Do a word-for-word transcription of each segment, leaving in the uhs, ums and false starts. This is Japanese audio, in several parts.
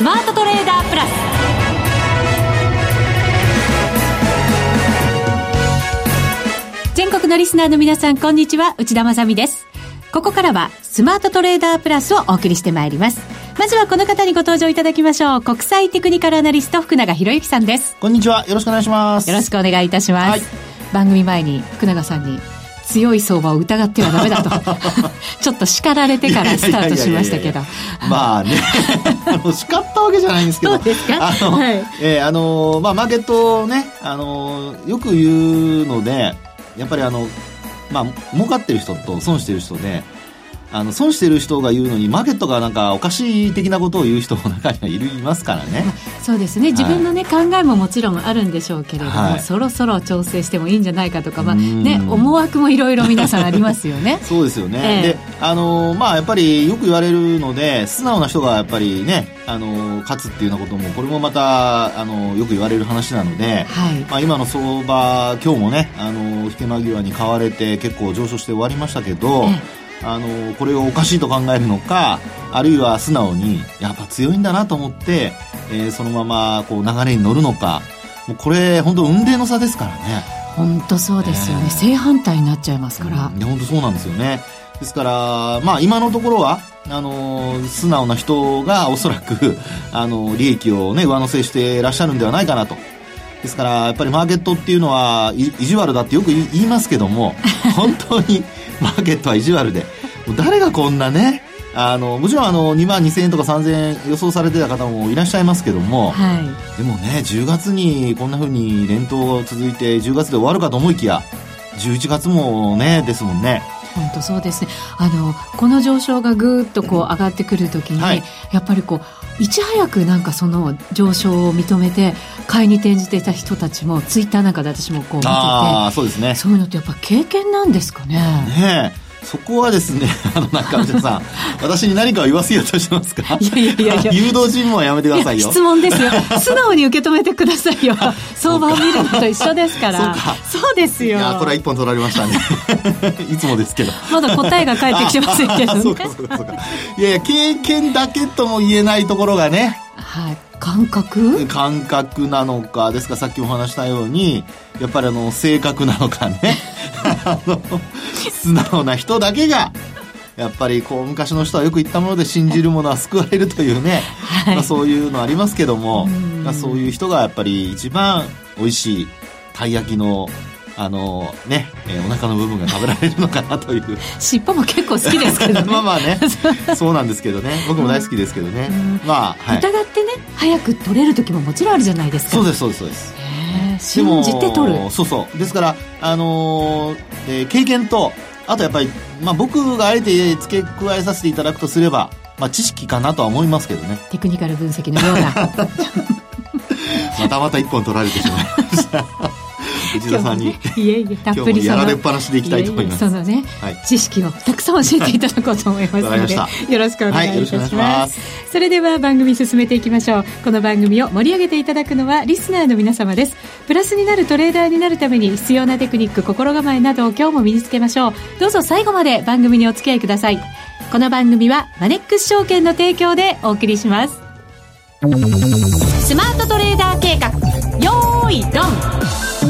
スマートトレーダープラス。全国のリスナーの皆さん、こんにちは、内田まさみです。ここからはスマートトレーダープラスをお送りしてまいります。まずはこの方にご登場いただきましょう。国際テクニカルアナリスト福永博之さんです。 こんにちは、よろしくお願いします。 よろしくお願いいたします、はい、番組前に福永さんに強い相場を疑ってはダメだとちょっと叱られてからスタートしましたけど、 まあねあの叱ったわけじゃないんですけど、 そうですか。 あの、 はい、 えー、あのまあマーケットね、あのよく言うので、やっぱりあのまあ儲かってる人と損してる人で、あの損してる人が言うのにマーケットがなんかおかしい的なことを言う人も中にはいるいますからね。 そうですね、自分の、ね、はい、考えももちろんあるんでしょうけれども、はい、そろそろ調整してもいいんじゃないかとか、まあね、思惑もいろいろ皆さんありますよねそうですよね、 えー、 であの、まあ、やっぱりよく言われるので、素直な人がやっぱりね、あの勝つっていうようなことも、これもまたあのよく言われる話なので、はい、まあ、今の相場今日もね、あの引け間際に買われて結構上昇して終わりましたけど、えーあのこれをおかしいと考えるのか、あるいは素直にやっぱ強いんだなと思って、えー、そのままこう流れに乗るのか、もうこれ本当運命の差ですからね。 本当そうですよね、えー、正反対になっちゃいますから、 うん、いや本当そうなんですよね。ですから、まあ、今のところはあの素直な人がおそらくあの利益を、ね、上乗せしていらっしゃるんではないかなと。ですからやっぱりマーケットっていうのは意地悪だってよく言いますけども本当にマーケットは意地悪で、もう誰がこんなね、あのもちろんあのにまんにせんえんとかさんぜんえん予想されてた方もいらっしゃいますけども、はい、でもね、じゅうがつにこんな風に連投が続いてじゅうがつで終わるかと思いきやじゅういちがつもねですもんね。 本当そうですね。あのこの上昇がぐーっとこう上がってくるときに、はい、やっぱりこういち早くなんかその上昇を認めて買いに転じていた人たちもツイッターなんかで私もこう見てて、 あ、そうですね、 そういうのってやっぱ経験なんですかね。 ねえ、そこはですね、あのなんか内田さん私に何かを言わせようとしてますか。 いやいやいやいや、 誘導尋問はやめてくださいよ。 質問ですよ素直に受け止めてくださいよ相場を見るのと一緒ですから。そうか、そうですよ。 いやこれは一本取られましたねいつもですけどまだ答えが返ってきてませんけどねそうかそうかそうか。いやいや、経験だけとも言えないところがね、 はい、感覚感覚なのかですか、さっきも話したようにやっぱりあの性格なのかねあの素直な人だけがやっぱりこう昔の人はよく言ったもので、信じるものは救われるというね、はい、まあ、そういうのありますけども、まあ、そういう人がやっぱり一番美味しいたい焼きのあのね、えー、お腹の部分が食べられるのかなという尻尾も結構好きですけどねまあまあねそうなんですけどね、僕も大好きですけどね、うん、まあ、はい、 疑ってね早く取れる時ももちろんあるじゃないですか。 そうですそうですそうです。 信じて取る。 そうそうですから、あのーえー、経験と、あとやっぱり、まあ、僕があえて付け加えさせていただくとすれば、まあ、知識かなとは思いますけどね。 テクニカル分析のようなまたまた一本取られてしまいました内田さんに、ね、 いえいえ、たっぷりやられっぱなしでいきたいと思います。 いえいえ、そのね、はい、知識をたくさん教えていただこうと思いますのでよろしくお願いいたします、はい、それでは番組進めていきましょう。この番組を盛り上げていただくのはリスナーの皆様です。プラスになるトレーダーになるために必要なテクニック、心構えなどを今日も身につけましょう。どうぞ最後まで番組にお付き合いください。この番組はマネックス証券の提供でお送りします。スマートトレーダー計画、よーいドン。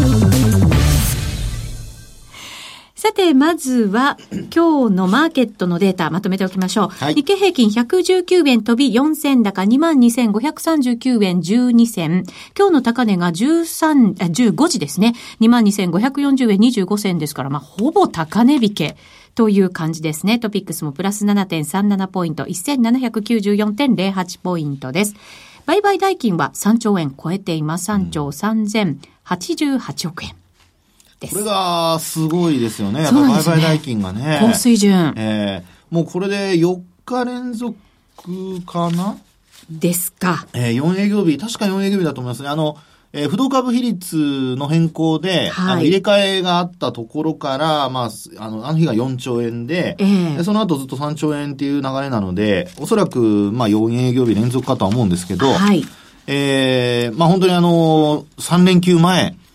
さて、まずは今日のマーケットのデータまとめておきましょう、はい、日経平均ひゃくじゅうきゅうえん飛びよん銭高 にまんにせんごひゃくさんじゅうきゅうえんじゅうに銭、今日の高値がじゅうさん、じゅうごじですね、 にまんにせんごひゃくよんじゅうえんにじゅうご銭ですから、まあ、ほぼ高値引けという感じですね。トピックスもプラス ななてんさんなな ポイント、せんななひゃくきゅうじゅうよんてんゼロはち ポイントです。売買代金はさんちょうえん超えています。さんちょうさんぜんはちじゅうはちおくえん。 これがすごいですよね。やっぱ売買代金がね。 高水準。 えー、もうこれでよっか連続かなですか。 えー、よん営業日、確かよん営業日だと思いますね。あの、えー、不動株比率の変更で、はい、あの入れ替えがあったところから、まあ、あの、あの日がよんちょうえんで、えー、でその後ずっとさんちょうえんっていう流れなので、おそらく、まあ、よん営業日連続かとは思うんですけど、はい、えー、まあ、本当にあの、さん連休前、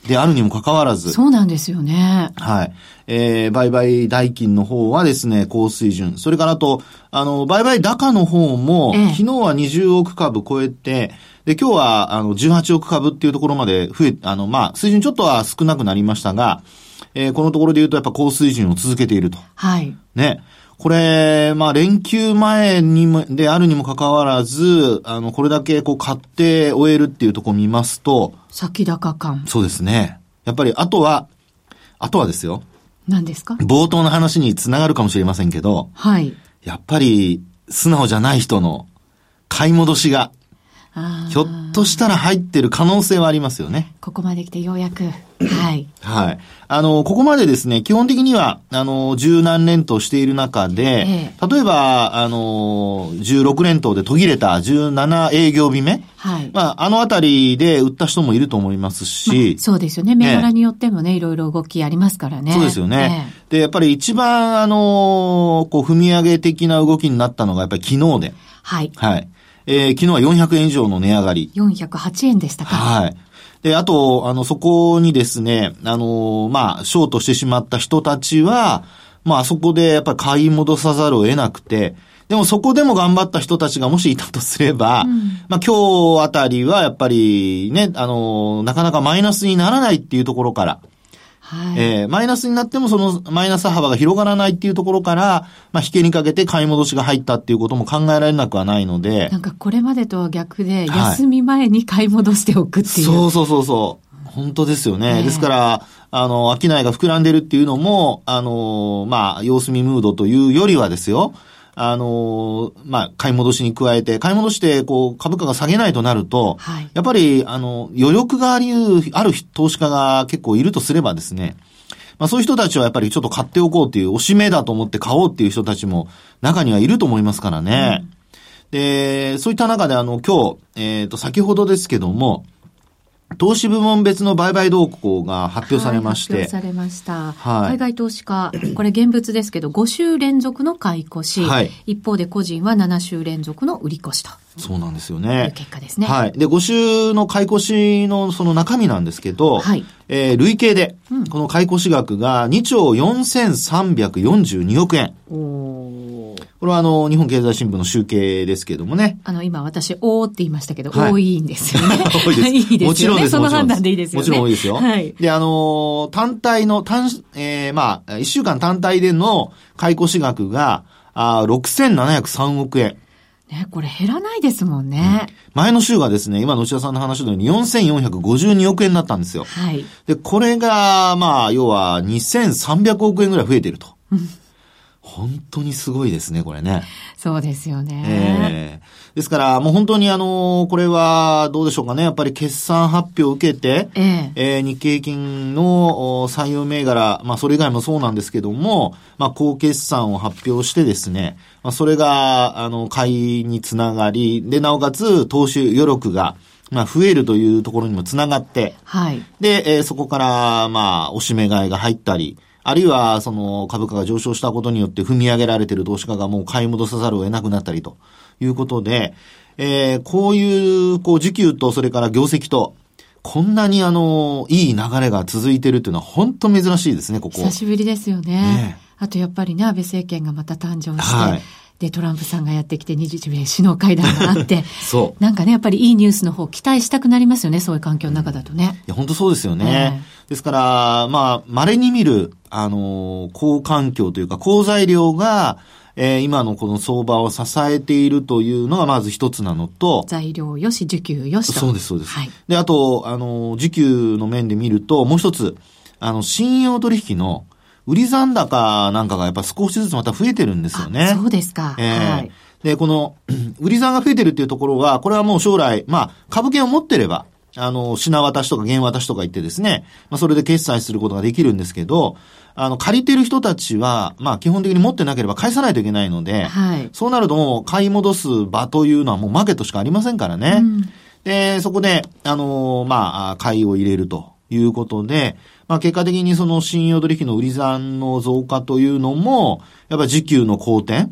であるにもかかわらず。 そうなんですよね。 はい。えー、売買代金の方はですね、高水準。それからあと、あの、売買高の方も、ええ、昨日はにじゅうおくかぶ超えて、で、今日は、あの、じゅうはちおくかぶっていうところまで増え、あの、まあ、水準ちょっとは少なくなりましたが、えー、このところで言うとやっぱ高水準を続けていると。 はい。 ね。これ、まあ、連休前にも、であるにもかかわらず、あの、これだけこう買って終えるっていうところを見ますと。 先高感。 そうですね。やっぱり、あとは、あとはですよ。 何ですか？ 冒頭の話につながるかもしれませんけど。 はい。 やっぱり、素直じゃない人の買い戻しが、ひょっとしたら入ってる可能性はありますよね。 ここまで来てようやく。はい。 はい。あの、ここまでですね、基本的には、あの、十何連投している中で、ええ、例えば、あの、じゅうろく連投で途切れたじゅうなな営業日目。 はい。 まあ、あのあたりで売った人もいると思いますし。 まあ、そうですよね。銘柄によってもね、いろいろ動きありますからね。 そうですよね。ええ、で、やっぱり一番、あの、こう、踏み上げ的な動きになったのが、やっぱり昨日で。 はい。 はい。えー、昨日はよんひゃくえん以上の値上がり。 よんひゃくはちえんでしたか。 はい。で、あと、あの、そこにですね、あの、まあ、ショートしてしまった人たちは、まあ、そこでやっぱり買い戻さざるを得なくて、でもそこでも頑張った人たちがもしいたとすれば、うん、まあ、今日あたりはやっぱりね、あの、なかなかマイナスにならないっていうところから、 はい。 えー、マイナスになってもそのマイナス幅が広がらないっていうところから、まあ、引けにかけて買い戻しが入ったっていうことも考えられなくはないので。 なんかこれまでとは逆で、休み前に買い戻しておくっていう。 はい、そうそうそうそう。本当ですよね。えー、ですから、あの、商いが膨らんでるっていうのも、あの、まあ、様子見ムードというよりはですよ。あの、まあ、買い戻しに加えて、買い戻して、こう、株価が下げないとなると、 はい、 やっぱり、あの、余力があり、ある投資家が結構いるとすればですね、まあそういう人たちはやっぱりちょっと買っておこうっていう、押し目だと思って買おうっていう人たちも中にはいると思いますからね。うん、で、そういった中であの、今日、えっと、先ほどですけども、投資部門別の売買動向が発表されまして。 はい、発表されました。 はい。 海外投資家、これ現物ですけど、ご週連続の買い越し。 はい。 一方で個人はなな週連続の売り越しと。 そうなんですよね。 いう結果ですね。 はい。で、ご週の買い越しのその中身なんですけど、 はい。 えー、累計で、うん、この買い越し額がにちょうよんせんさんびゃくよんじゅうにおくえん。 おー。 これはあの、日本経済新聞の集計ですけどもね。 あの、今私、おーって言いましたけど、はい、多いんですよね。 多いです。 いいですよね。 もちろんです。 その判断でいいですよね。 もちろん多いですよ。 はい。 で、あのー、単体の、単、えー、まあ、いっしゅうかん単体での買い越し額が、あろくせんななひゃくさんおくえん。 ね、これ減らないですもんね。 うん、前の週がですね、今の内田さんの話のようによんせんよんひゃくごじゅうにおくえんだったんですよ。 はい。 で、これが、まあ、要はにせんさんびゃくおくえんぐらい増えていると。本当にすごいですね、これね。 そうですよね。 えー、ですから、もう本当にあの、これはどうでしょうかね。やっぱり決算発表を受けて、 えーえー、日経平均の採用銘柄、まあそれ以外もそうなんですけども、まあ高決算を発表してですね、まあそれが、あの、買いにつながり、で、なおかつ投資余力が、まあ増えるというところにもつながって、 はい。 で、えー、そこから、まあ、押し目買いが入ったり、あるいは、その、株価が上昇したことによって踏み上げられている投資家がもう買い戻さざるを得なくなったりということで、えー、こういう、こう、需給と、それから業績と、こんなにあの、いい流れが続いているというのは本当珍しいですね、ここ。 久しぶりですよね。ね、あとやっぱりね、安倍政権がまた誕生して、はい、で、トランプさんがやってきて日米首脳会談があって、 そう。 なんかね、やっぱりいいニュースの方期待したくなりますよね、そういう環境の中だとね。 いや、本当そうですよね。えー、ですから、まあ、稀に見る、あの、好環境というか、好材料が、えー、今のこの相場を支えているというのがまず一つなのと。 材料よし、需給よしと。 そうです、そうです。 はい。 で、あと、あの、需給の面で見ると、もう一つ、あの、信用取引の、売り残高なんかがやっぱ少しずつまた増えてるんですよね。 そうですか。 えー、 はい。 で、この、売り残が増えてるっていうところは、これはもう将来、まあ、株券を持ってれば、あの、品渡しとか原渡しとか言ってですね、まあ、それで決済することができるんですけど、あの、借りてる人たちは、まあ、基本的に持ってなければ返さないといけないので、 はい。 そうなるともう、買い戻す場というのはもうマーケットしかありませんからね。うん、で、そこで、あの、まあ、買いを入れるということで、まあ、結果的にその信用取引の売り残の増加というのも、やっぱり需給の好転、うん、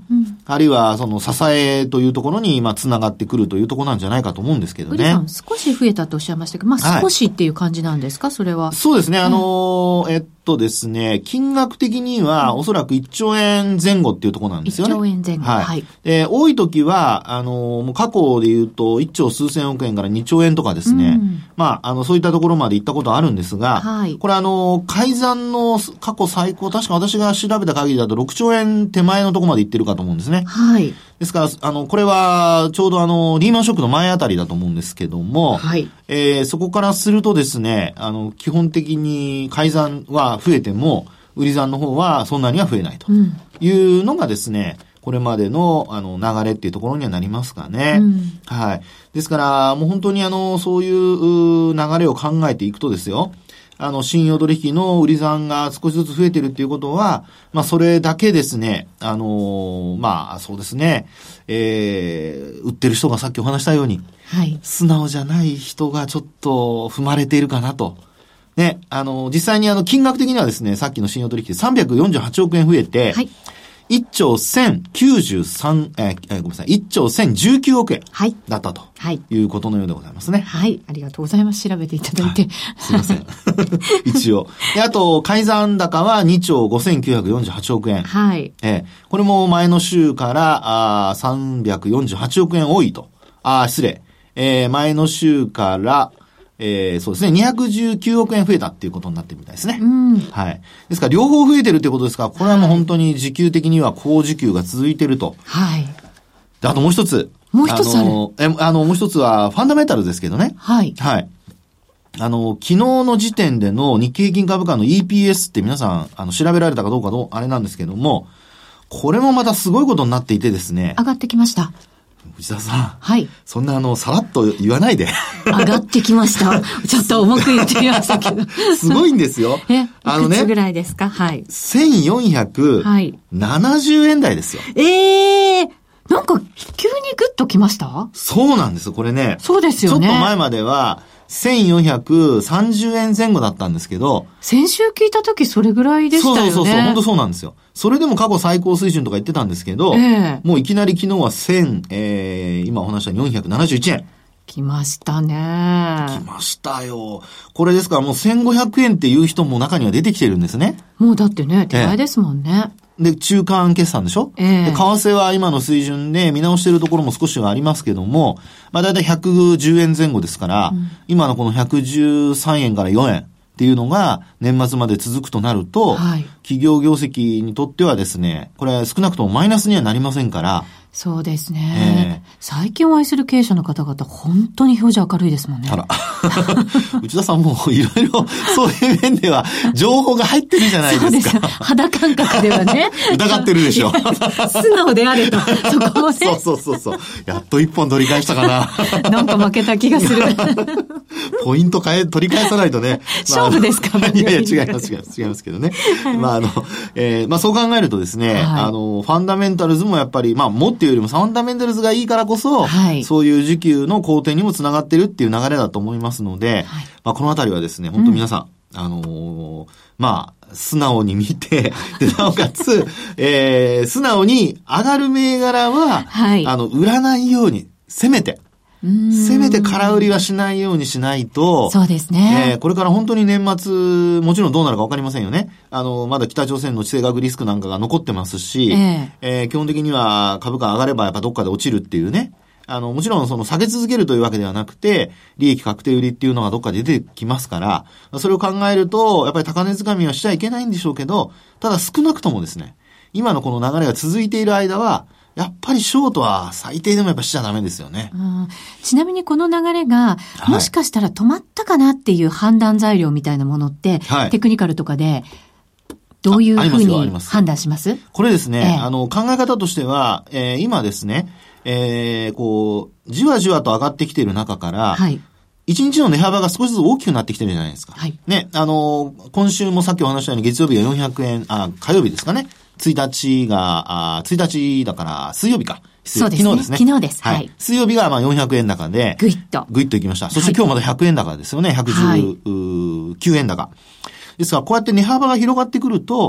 あるいはその支えというところに、まあ、つながってくるというところなんじゃないかと思うんですけどね。 ウリさん、少し増えたとおっしゃいましたけど、まあ、少しっていう感じなんですか、はい、それは。 そうですね、あのー、えっとですね、金額的には、うん、おそらくいっちょうえんぜん後っていうところなんですよね。 いっちょうえんぜん後。はい。はい、 で、多い時は、あのー、もう過去で言うと、いっちょう数千億円からにちょうえんとかですね。うん、まあ、あの、そういったところまで行ったことあるんですが、はい。これあのー、改ざんの過去最高、確か私が調べた限りだとろくちょうえん手前のところまで行ってるかと思うんですね。はい。ですから、あの、これは、ちょうどあの、リーマンショックの前あたりだと思うんですけども、はい。えー、そこからするとですね、あの、基本的に改ざんは増えても、売り算の方はそんなには増えないというのがですね、うん、これまでの、あの、流れっていうところにはなりますかね。うん、はい。ですから、もう本当にあの、そういう流れを考えていくとですよ、あの、信用取引の売り算が少しずつ増えてるっていうことは、まあ、それだけですね、あのー、まあ、そうですね、えー、売ってる人がさっきお話したように、はい。素直じゃない人がちょっと踏まれているかなと。ね、あの、実際にあの、金額的にはですね、さっきの信用取引でさんびゃくよんじゅうはちおくえん増えて、はい。いっちょうせんきゅうじゅうさん、えー、えー、ごめんなさい、いっちょうせんじゅうきゅうおくえんだったと、はい、いうことのようでございますね。 はい、ありがとうございます。調べていただいて。はい、 すいません。一応。で、あと、改ざん高はにちょうごせんきゅうひゃくよんじゅうはちおくえん。はい。えー、これも前の週から、あさんびゃくよんじゅうはちおくえん多いと。あ、失礼。えー、前の週から、えー、そうですね、にひゃくじゅうきゅうおくえん増えたっていうことになってるみたいですね。うん。はい。ですから、両方増えてるってことですから、これはもう本当に時給的には高時給が続いてると。はい。で、あともう一つ。 もう一つある。 あの、え、あの、もう一つは、ファンダメンタルですけどね。はい。はい。あの、昨日の時点での日経平均株価の イーピーエス って皆さん、あの、調べられたかどうかどう、あれなんですけども、これもまたすごいことになっていてですね。 上がってきました。 内田さん。 はい。 そんなあの、さらっと言わないで。 上がってきました。ちょっと重く言ってみましたけど。 すごいんですよ。 え、あのね。いくつぐらいですか？はい。 せんよんひゃくななじゅうえん台ですよ。 はい、ええー。なんか、急にグッときました？ そうなんですよ。これね。 そうですよね。 ちょっと前までは、せんよんひゃくさんじゅうえんぜん後だったんですけど。 先週聞いた時それぐらいでしたよね。 そうそうそう。本当そうなんですよ。それでも過去最高水準とか言ってたんですけど、えー、もういきなり昨日はせん、えー、今お話したよんひゃくななじゅういちえん。 来ましたね。 来ましたよ。これですからもうせんごひゃくえんっていう人も中には出てきてるんですね。 もうだってね、手前ですもんね。 えー、で、中間決算でしょ、えー、で為替は今の水準で見直しているところも少しはありますけども、まあだいたいひゃくじゅうえんぜん後ですから、うん、今のこのひゃくじゅうさんえんからよえん。っていうのが年末まで続くとなると、はい、企業業績にとってはですね、これ少なくともマイナスにはなりませんから。 そうですね。えー、最近お会いする経営者の方々、本当に表情明るいですもんね。 あら。内田さんもいろいろそういう面では情報が入ってるじゃないですか。そうです。 肌感覚ではね。 疑ってるでしょ。 素直であれと。そこもね。 そうそうそうそう。やっと一本取り返したかな。 なんか負けた気がする。 ポイント変え、取り返さないとね。 勝負ですか、 まあ、いやいや、違います、違います、違いますけどね。まあ、あの、えー、まあ、そう考えるとですね、はい、あの、ファンダメンタルズもやっぱり、まあ、もっていうよりもファンダメンタルズがいいからこそ、はい、そういう需給の好転にもつながってるっていう流れだと思いますので、はい、まあ、このあたりはですね、本当皆さん、うん、あのー、まあ、素直に見て、で、なおかつ、えー、素直に上がる銘柄は、はい、あの、売らないように、せめて、せめて空売りはしないようにしないと。 そうですね。 えー、これから本当に年末、もちろんどうなるか分かりませんよね。あの、まだ北朝鮮の地政学リスクなんかが残ってますし、えーえー、基本的には株価上がればやっぱどっかで落ちるっていうね。あの、もちろんその下げ続けるというわけではなくて、利益確定売りっていうのがどっかで出てきますから、それを考えると、やっぱり高値掴みはしちゃいけないんでしょうけど、ただ少なくともですね、今のこの流れが続いている間は、やっぱりショートは最低でもやっぱしちゃダメですよね。 うん、ちなみにこの流れが、もしかしたら止まったかなっていう判断材料みたいなものって、はい、テクニカルとかで、どういうふうに判断します？ これですね、ええ、あの、考え方としては、えー、今ですね、えー、こう、じわじわと上がってきている中から、はい。一日の値幅が少しずつ大きくなってきてるじゃないですか。はい。ね、あの、今週もさっきお話したように月曜日がよんひゃくえん、あ、火曜日ですかね。ついたちが、あ、ついたちだから水曜日か。 そうですね。昨日ですね。昨日です。はい。 水曜日がまあよんひゃくえん高で、 ぐいっと。 ぐいっといきました。そして今日まだひゃくえん高ですよね。ひゃくじゅうきゅうえん高。ですからこうやって値幅が広がってくると、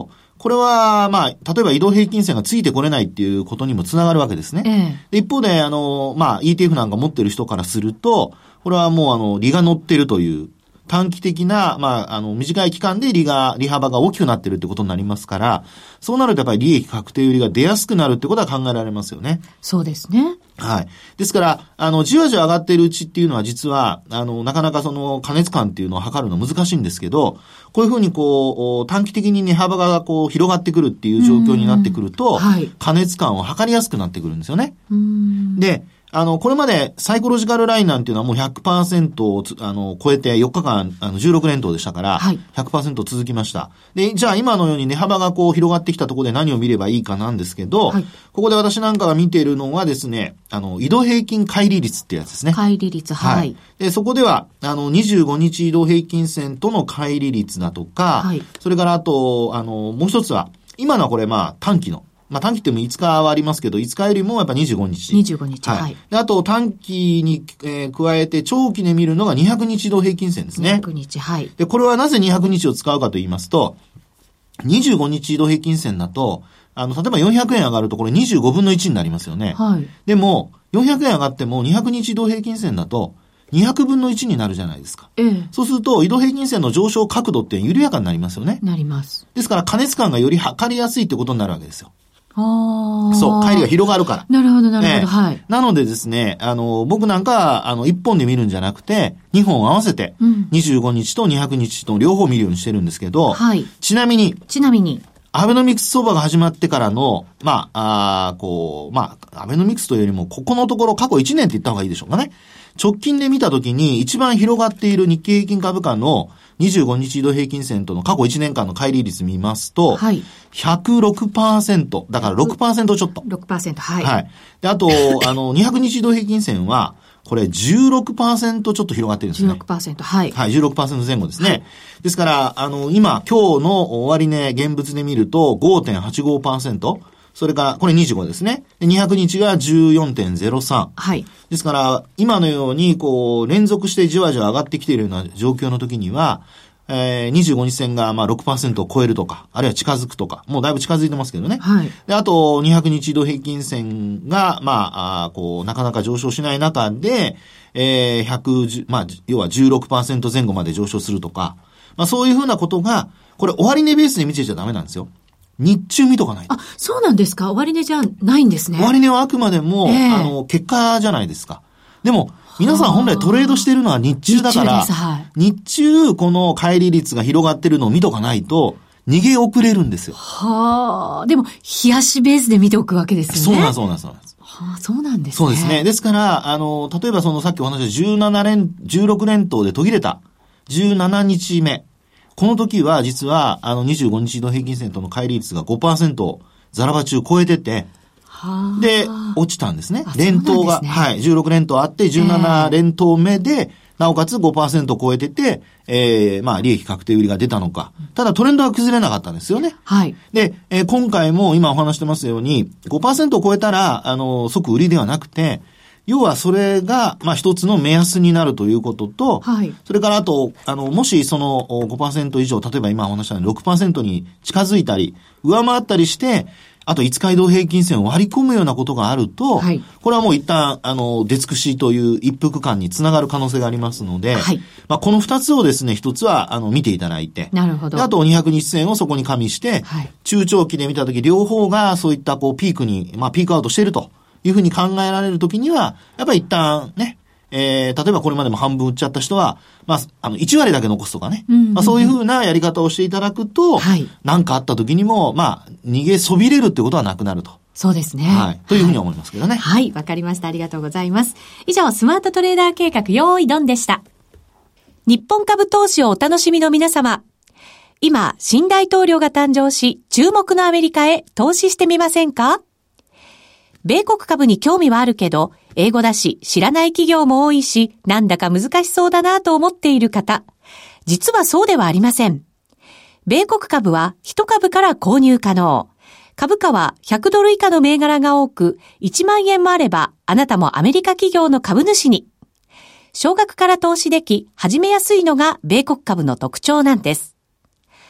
これは、まあ、例えば移動平均線がついてこれないっていうことにもつながるわけですね。ええ、で一方で、あの、まあ、イーティーエフ なんか持ってる人からすると、これはもう、あの、利が乗ってるという、短期的な、まあ、あの、短い期間で利が、利幅が大きくなってるってことになりますから、そうなるとやっぱり利益確定売りが出やすくなるってことは考えられますよね。 そうですね。 はい。ですから、あの、じわじわ上がっているうちっていうのは実は、あの、なかなかその、過熱感っていうのを測るの難しいんですけど、こういうふうにこう、短期的に値幅がこう、広がってくるっていう状況になってくると、はい、過熱感を測りやすくなってくるんですよね。うーんで、あの、これまでサイコロジカルラインなんていうのはもう ひゃくパーセント をあの超えてよっかかんあのじゅうろく連投でしたから、はい、ひゃくパーセント 続きました。で、じゃあ今のように値幅がこう広がってきたところで何を見ればいいかなんですけど、はい、ここで私なんかが見ているのはですね、あの、移動平均乖離率ってやつですね。 乖離率、はい。はい、 で、そこでは、あの、にじゅうごにち移動平均線との乖離率だとか、はい、それからあと、あの、もう一つは、今のはこれまあ短期の、まあ短期ってもいつかはありますけど、いつかよりもやっぱにじゅうごにち。 にじゅうごにち。はい。はい、 であと短期に、えー、加えて長期で見るのがにひゃくにち移動平均線ですね。 にひゃくにち、はい。 で、これはなぜにひゃくにちを使うかと言いますと、にじゅうごにち移動平均線だと、あの、例えばよんひゃくえん上がるとこれにじゅうごぶんのいちになりますよね。はい。でも、よんひゃくえん上がってもにひゃくにち移動平均線だと、にひゃくぶんのいちになるじゃないですか。ええ。そうすると、移動平均線の上昇角度って緩やかになりますよね。 なります。 ですから、過熱感がより測りやすいってことになるわけですよ。 ああ。 そう、乖離が広がるから。 なるほど、なるほど、ええ、はい。 なのでですね、あの、僕なんかは、あの、いっぽんで見るんじゃなくて、にほん合わせて、にじゅうごにちとにひゃくにちと両方見るようにしてるんですけど、はい。ちなみに、 ちなみに、 アベノミクス相場が始まってからの、まあ、あこう、まあ、アベノミクスというよりも、ここのところ過去いちねんって言った方がいいでしょうかね。直近で見たときに一番広がっている日経平均株価のにじゅうごにち移動平均線との過去いちねんかんの乖離率見ますと、はい。ひゃくろくパーセント。だから ろくパーセント ちょっと。 ろくパーセント、はい。 はい。で、あと、あの、にひゃくにち移動平均線は、これ じゅうろくパーセント ちょっと広がってるんですね。 じゅうろくパーセント、はい。 はい、じゅうろくパーセント 前後ですね。はい、ですから、あの、今、今日の終値、現物で見ると ごてんはちごパーセント。それから、これにじゅうごですね。で、にひゃくにちが じゅうよんてんゼロさん。はい。ですから、今のように、こう、連続してじわじわ上がってきているような状況の時には、えー、にじゅうごにち線がまあ ろくパーセント を超えるとか、あるいは近づくとか、もうだいぶ近づいてますけどね。はい。で、あと、にひゃくにち移動平均線が、まあ、あこう、なかなか上昇しない中で、えー、ひゃくじゅう、まあ、要は じゅうろくパーセント 前後まで上昇するとか、まあそういうふうなことが、これ終値ベースで見てちゃダメなんですよ。日中見とかない。 あ、そうなんですか？終値じゃないんですね。 終値はあくまでも、えー、あの、結果じゃないですか。でも、皆さん本来トレードしてるのは日中だから、日中です、はい、日中この乖離率が広がってるのを見とかないと、逃げ遅れるんですよ。 はあ。でも、冷やしベースで見ておくわけですよね。 そうなんそうなんそうなんです。 はあ、そうなんですね。 そうですね。ですから、あの、例えばそのさっきお話したじゅうなな連、じゅうろく連投で途切れたじゅうしちにちめ。この時は実は、あのにじゅうごにち移動平均線との乖離率が ごパーセント をザラバ中超えてて、はあ、で、落ちたんですね。連投が、ね、はい、じゅうろく連投あって、じゅうなな連投目で、えー、なおかつ ごパーセント 超えてて、えー、まあ、利益確定売りが出たのか。ただトレンドは崩れなかったんですよね。はい。で、えー、今回も今お話してますように、ごパーセント を超えたら、あの、即売りではなくて、要はそれが、まあ一つの目安になるということと、はい。それからあと、あの、もしその ごパーセント 以上、例えば今お話したように ろくパーセント に近づいたり、上回ったりして、あといつか移動平均線を割り込むようなことがあると、はい。これはもう一旦、あの、出尽くしという一服感につながる可能性がありますので、はい。まあこの二つをですね、一つは、あの、見ていただいて、 なるほど。 あとにひゃくにち線をそこに加味して、はい。中長期で見たとき両方がそういったこうピークに、まあピークアウトしていると。いうふうに考えられるときには、やっぱり一旦ね、えー、例えばこれまでも半分売っちゃった人は、まあ、あの、いち割だけ残すとかね。うんうんうん、まあ、そういうふうなやり方をしていただくと、はい。なんかあったときにも、まあ、逃げそびれるってことはなくなると。 そうですね。 はい。というふうに思いますけどね。 はい。わ、はい、かりました。ありがとうございます。以上、スマートトレーダー計画、用意ドンでした。日本株投資をお楽しみの皆様。今、新大統領が誕生し、注目のアメリカへ投資してみませんか？米国株に興味はあるけど、英語だし、知らない企業も多いし、なんだか難しそうだなと思っている方。実はそうではありません。米国株はひと株から購入可能。株価はひゃくドル以下の銘柄が多く、いちまんえんもあれば、あなたもアメリカ企業の株主に。少額から投資でき、始めやすいのが米国株の特徴なんです。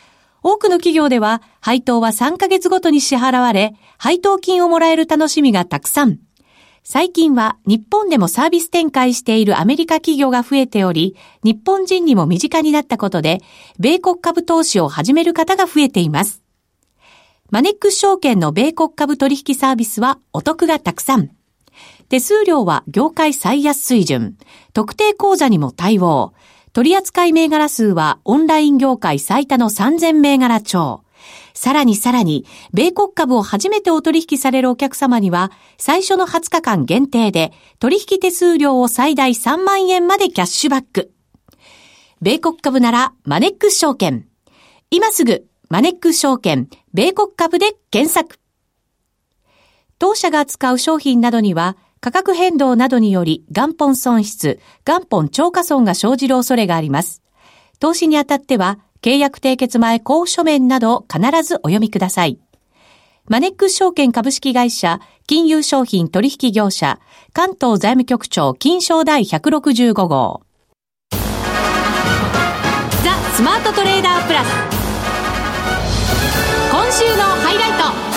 多くの企業では配当はさんかげつごとに支払われ、配当金をもらえる楽しみがたくさん。最近は日本でもサービス展開しているアメリカ企業が増えており、日本人にも身近になったことで、米国株投資を始める方が増えています。マネックス証券の米国株取引サービスはお得がたくさん。手数料は業界最安水準。特定口座にも対応。取扱い銘柄数はオンライン業界最多のさんぜんめいがら超。さらにさらに、米国株を初めてお取引されるお客様には、最初のはつかかん限定で、取引手数料を最大さんまんえんまでキャッシュバック。米国株なら、マネックス証券。今すぐ、マネックス証券、米国株で検索。当社が扱う商品などには、価格変動などにより元本損失、元本超過損が生じる恐れがあります。投資にあたっては、契約締結前交付書面などを必ずお読みください。マネックス証券株式会社、金融商品取引業者、関東財務局長金商第ひゃくろくじゅうごごう。ザ・スマートトレーダープラス。今週のハイライト。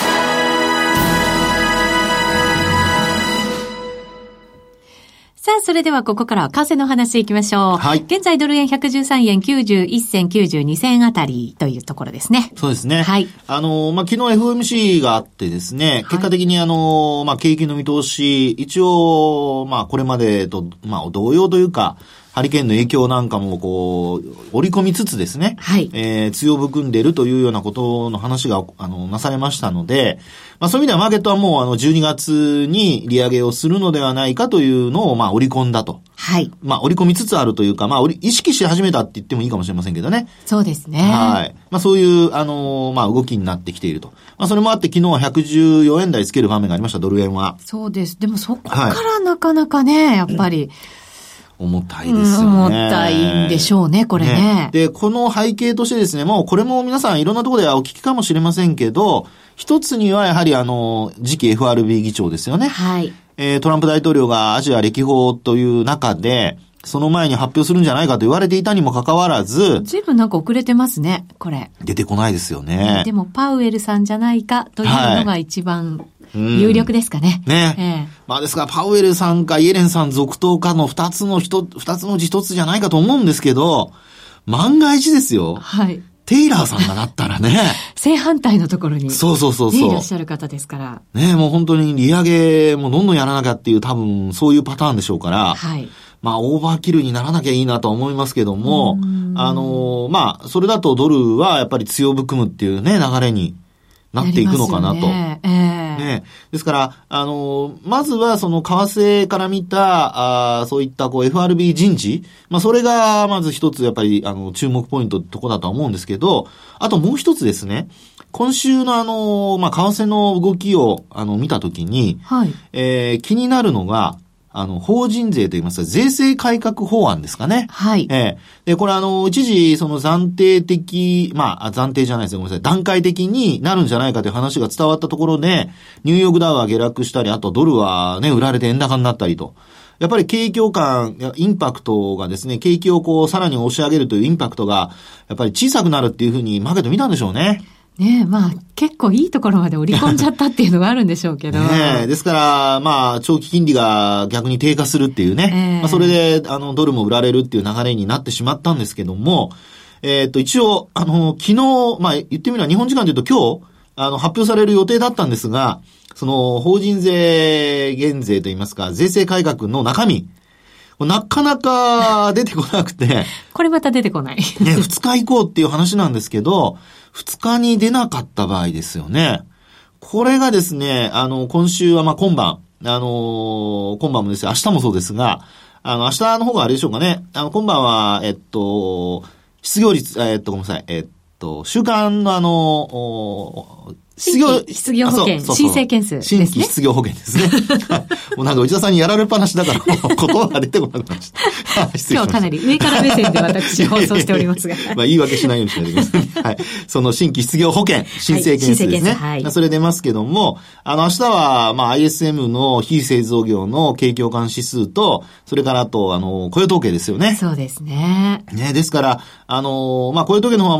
さあ、それではここからは為替の話いきましょう。はい。現在ドル円ひゃくじゅうさんえんきゅうじゅういっせんきゅうじゅうにせんあたりというところですね。 そうですね。はい。あの、まあ、昨日 エフオーエムシー があってですね、結果的にあの、まあ、景気の見通し、一応、まあ、これまでと、まあ、同様というか、ハリケーンの影響なんかもこう、織り込みつつですね、はい。えー、強含んでいるというようなことの話が、あの、なされましたので、まあそういう意味ではマーケットはもうあの、じゅうにがつに利上げをするのではないかというのを、まあ織り込んだと。はい。まあ織り込みつつあるというか、まあ意識し始めたって言ってもいいかもしれませんけどね。 そうですね。 はい。まあそういう、あの、まあ動きになってきていると。まあそれもあって昨日はひゃくじゅうよえん台つける場面がありました、ドル円は。 そうです。でもそこからなかなかね、はい、やっぱり、 重たいですよね、うん。 重たいんでしょうね、これね。ね。 で、この背景としてですね、もうこれも皆さんいろんなところではお聞きかもしれませんけど、一つにはやはりあの、次期 エフアールビー 議長ですよね。はい。えー、トランプ大統領がアジア歴訪という中で、その前に発表するんじゃないかと言われていたにもかかわらず、 随分なんか遅れてますね、これ。 出てこないですよね。 でもパウエルさんじゃないかというのが一番、はい有力ですかね。 うん、ね。ええ。まあですから、パウエルさんかイエレンさん続投かの二つの一、二つのうち一つじゃないかと思うんですけど、万が一ですよ。はい。テイラーさんがなったらね。 正反対のところに。 そうそうそうそう。 いらっしゃる方ですから。 ねもう本当に利上げもどんどんやらなきゃっていう多分そういうパターンでしょうから。はい。まあ、オーバーキルにならなきゃいいなと思いますけども、あの、まあ、それだとドルはやっぱり強含むっていうね、流れに。なっていくのかなと。ねえー、ねですから、あの、まずはその為替から見た、あそういったこう エフアールビー 人事、まあそれがまず一つやっぱりあの注目ポイントってとこだとは思うんですけど、あともう一つですね、今週のあの、まあ為替の動きをあの見たときに、はい、えー、気になるのが、あの、法人税といいますか、税制改革法案ですかね。はい。ええー。で、これあの、一時、その暫定的、まあ、暫定じゃないですよ、ごめんなさい。段階的になるんじゃないかという話が伝わったところで、ニューヨークダウは下落したり、あとドルはね、売られて円高になったりと。やっぱり景況感、インパクトがですね、景気をこう、さらに押し上げるというインパクトが、やっぱり小さくなるっていうふうにマーケット見たんでしょうね。 ねえ、まあ、結構いいところまで織り込んじゃったっていうのがあるんでしょうけど。 ねえ、ですから、まあ、長期金利が逆に低下するっていうね。えー、まあ、それで、あの、ドルも売られるっていう流れになってしまったんですけども、えっと、一応、あの、昨日、まあ、言ってみれば日本時間で言うと今日、あの、発表される予定だったんですが、その、法人税減税といいますか、税制改革の中身、なかなか出てこなくて。 これまた出てこない。 ね、二日以降っていう話なんですけど、二日に出なかった場合ですよね。これがですね、あの、今週はまあ今晩、あの、今晩もですよ、明日もそうですが、あの、明日の方があれでしょうかね。あの、今晩は、えっと、失業率、えっと、ごめんなさい、えっと、週間のあの、 失業、失業保険、申請件数ですね。 新規失業保険ですね。もうなんか内田さんにやられっぱなしだから、言葉が出てこなくなっちゃった。 今日はかなり上から目線で私放送しておりますが。 まあ言い訳しないようにしないといけません。はい。その新規失業保険、申請件数ですね。はい。それ出ますけども、あの明日は、まあ アイエスエム の非製造業の景況感指数と、それからあと、あの、雇用統計ですよね。 そうですね。 ね、ですから、あの、まあ雇用統計の方はもうさんじゅ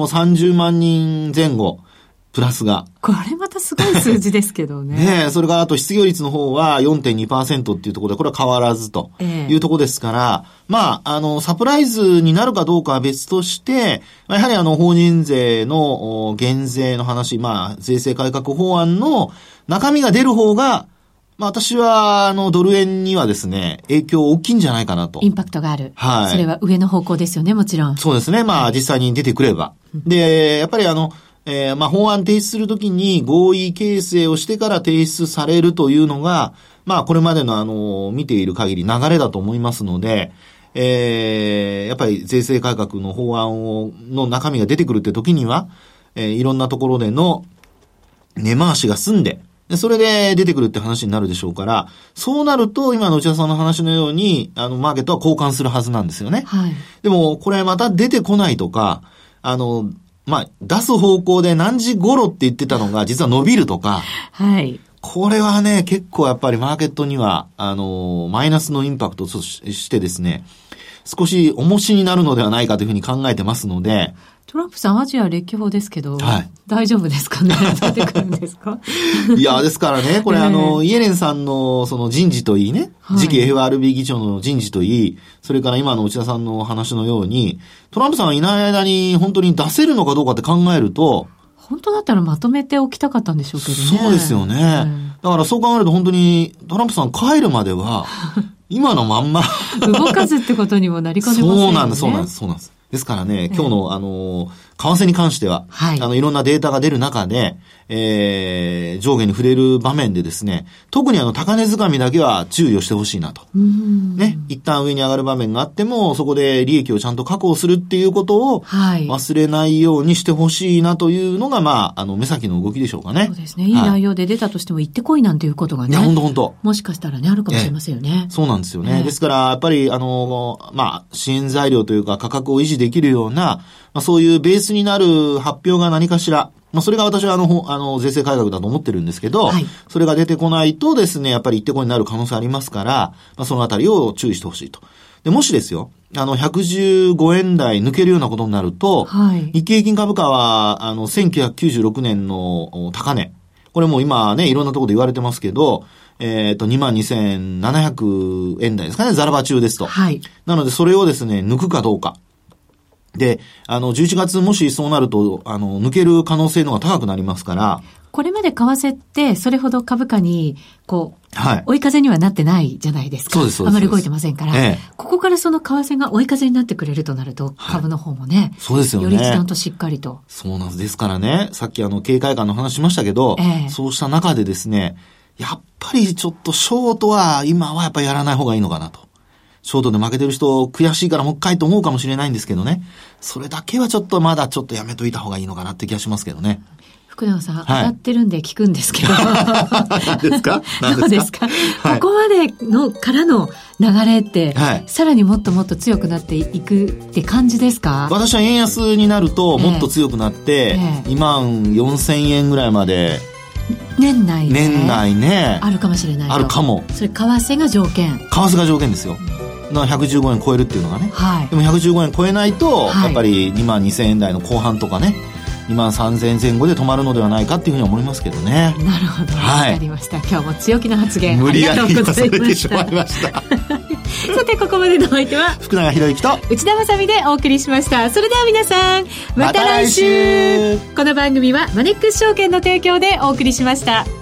じゅうまんにんぜん後。プラスが。 これまたすごい数字ですけどね。 ねえ、それからあと失業率の方は よんてんにパーセント っていうところで、これは変わらずというところですから、ええ、まあ、あの、サプライズになるかどうかは別として、やはりあの、法人税の減税の話、まあ、税制改革法案の中身が出る方が、まあ私は、あの、ドル円にはですね、影響大きいんじゃないかなと。 インパクトがある。 はい。 それは上の方向ですよね、もちろん。 そうですね。まあ実際に出てくれば。で、やっぱりあの、えー、まあ法案提出するときに合意形成をしてから提出されるというのが、まあこれまでのあの、見ている限り流れだと思いますので、えー、やっぱり税制改革の法案を、の中身が出てくるって時には、えー、いろんなところでの根回しが済んで、で、それで出てくるって話になるでしょうから、そうなると、今の内田さんの話のように、あの、マーケットは交換するはずなんですよね。 はい。 でも、これまた出てこないとか、あの、まあ、出す方向で何時頃って言ってたのが、実は伸びるとか。 はい。 これはね、結構やっぱりマーケットには、あの、マイナスのインパクトとしてですね、少し重しになるのではないかというふうに考えてますので、 トランプさんアジア歴訪ですけど、 はい、 大丈夫ですかね出てくるんですかいや、ですからね、これ、えー、あの、イエレンさんのその人事といいね、はい、次期 エフアールビー 議長の人事といい、それから今の内田さんの話のように、トランプさんがいない間に本当に出せるのかどうかって考えると、 本当だったらまとめておきたかったんでしょうけどね。 そうですよね。うん、だからそう考えると本当にトランプさん帰るまでは、今のまんま動かずってことにもなりかねませんよね。 そうなんです、そうなんです、そうなんです。ですからね、今日の、あの、為替に関しては、 はい、 あの、いろんなデータが出る中で、えー、上下に触れる場面でですね、特にあの、高値掴みだけは注意をしてほしいなと。ね、一旦上に上がる場面があっても、そこで利益をちゃんと確保するっていうことを、忘れないようにしてほしいなというのが、まあ、あの、目先の動きでしょうかね。 そうですね。いい内容で出たとしても行ってこいなんていうことがね。 いや、ほんとほんと。 もしかしたらね、あるかもしれませんよね。 そうなんですよね。ですから、やっぱり、あの、まあ、支援材料というか価格を維持できるような、まあ、そういうベースになる発表が何かしら、まあ、それが私はあの、あの、税制改革だと思ってるんですけど、はい、それが出てこないとですね、やっぱり一手こになる可能性ありますから、まあ、そのあたりを注意してほしいと。で、もしですよ、あの、ひゃくじゅうごえん台抜けるようなことになると、はい、日経平均株価は、あの、せんきゅうひゃくきゅうじゅうろくねんの高値。これも今ね、いろんなところで言われてますけど、えっと、にまんにせんななひゃくえん台ですかね、ザラバ中ですと。 はい。 なので、それをですね、抜くかどうか。で、あの、じゅういちがつもしそうなると、あの、抜ける可能性の方が高くなりますから。 これまで為替って、それほど株価に、こう、 はい、 追い風にはなってないじゃないですか。 そうです、そうです。 あまり動いてませんから。 ええ、 ここからその為替が追い風になってくれるとなると、株の方もね。はい、 そうですよね。 より一段としっかりと。 そうなんです。ですからね、さっきあの、警戒感の話しましたけど、 ええ、 そうした中でですね、やっぱりちょっとショートは、今はやっぱりやらない方がいいのかなと。ショートで負けてる人悔しいからもう一回と思うかもしれないんですけどね。それだけはちょっとまだちょっとやめといた方がいいのかなって気がしますけどね。 福永さん、はい、上がってるんで聞くんですけど。 何ですか？ どうですか？はい、ここまでのからの流れって、はい、さらにもっともっと強くなっていくって感じですか？ 私は円安になるともっと強くなって、えー、にまんよんせんえんぐらいまで年内ね。 年内ね。 あるかもしれないと。 あるかも。 それ為替が条件。 為替が条件ですよ。ひゃくじゅうごえん超えるっていうのがね。 はい。 でもひゃくじゅうごえん超えないと、はい、やっぱりにまんにせんえん台の後半とかね、にまんさんぜんえんぜん後で止まるのではないかっていうふうに思いますけどね。 なるほど。 はい。 わかりました。今日も強気な発言。 無理やり言わされてしまいました。 さて、ここまでのお相手は、 福永博之と内田まさみでお送りしました。それでは皆さん、また来週。また来週。この番組はマネックス証券の提供でお送りしました。